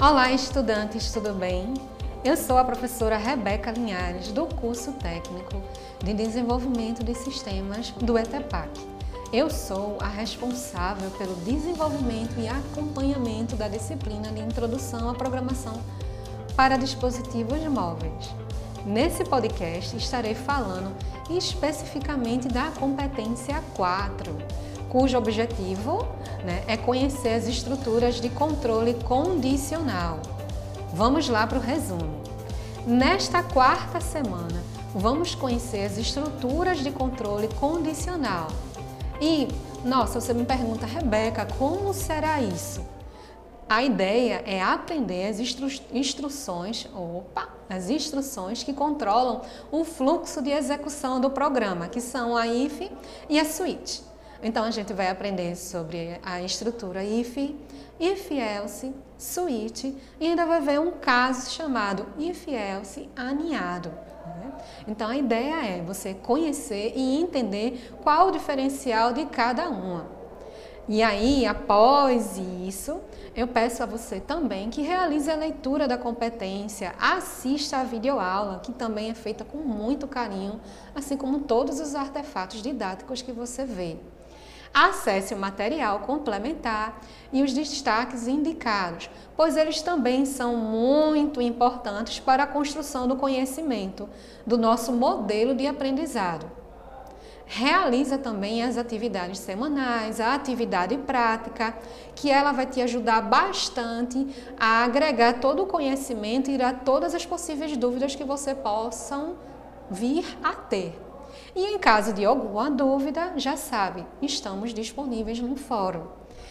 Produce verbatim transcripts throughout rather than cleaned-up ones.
Olá, estudantes, tudo bem? Eu sou a professora Rebeca Linhares, do curso técnico de desenvolvimento de sistemas do ETEPAC. Eu sou a responsável pelo desenvolvimento e acompanhamento da disciplina de Introdução à Programação para Dispositivos Móveis. Nesse podcast estarei falando especificamente da competência quatro, cujo objetivo, né, é conhecer as estruturas de controle condicional. Vamos lá para o resumo. Nesta quarta semana, vamos conhecer as estruturas de controle condicional. E, nossa, você me pergunta, Rebeca, como será isso? A ideia é aprender as instru instruções, opa, as instruções que controlam o fluxo de execução do programa, que são a if e a switch. Então, a gente vai aprender sobre a estrutura if, if-else, switch e ainda vai ver um caso chamado if-else aninhado. Né? Então, a ideia é você conhecer e entender qual o diferencial de cada uma. E aí, após isso, eu peço a você também que realize a leitura da competência, assista a videoaula, que também é feita com muito carinho, assim como todos os artefatos didáticos que você vê. Acesse o material complementar e os destaques indicados, pois eles também são muito importantes para a construção do conhecimento do nosso modelo de aprendizado. Realiza também as atividades semanais, a atividade prática, que ela vai te ajudar bastante a agregar todo o conhecimento e tirar todas as possíveis dúvidas que você possam vir a ter. E em caso de alguma dúvida, já sabe, estamos disponíveis no fórum.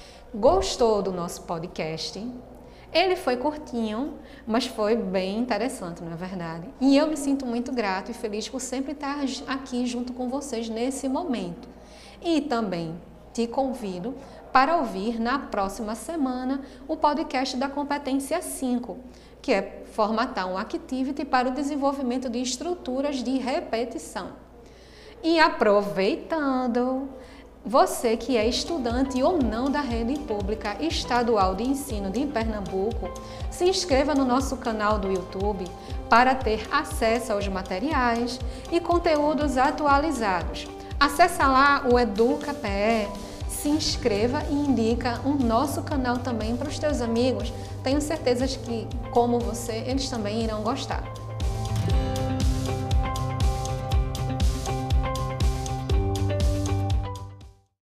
Gostou do nosso podcast? Ele foi curtinho, mas foi bem interessante, não é verdade? E eu me sinto muito grato e feliz por sempre estar aqui junto com vocês nesse momento. E também te convido para ouvir na próxima semana o podcast da competência cinco, que é formatar um activity para o desenvolvimento de estruturas de repetição. E aproveitando, você que é estudante ou não da rede pública estadual de ensino de Pernambuco, se inscreva no nosso canal do YouTube para ter acesso aos materiais e conteúdos atualizados. Acesse lá o EducaPE, se inscreva e indica o nosso canal também para os teus amigos. Tenho certeza que, como você, eles também irão gostar.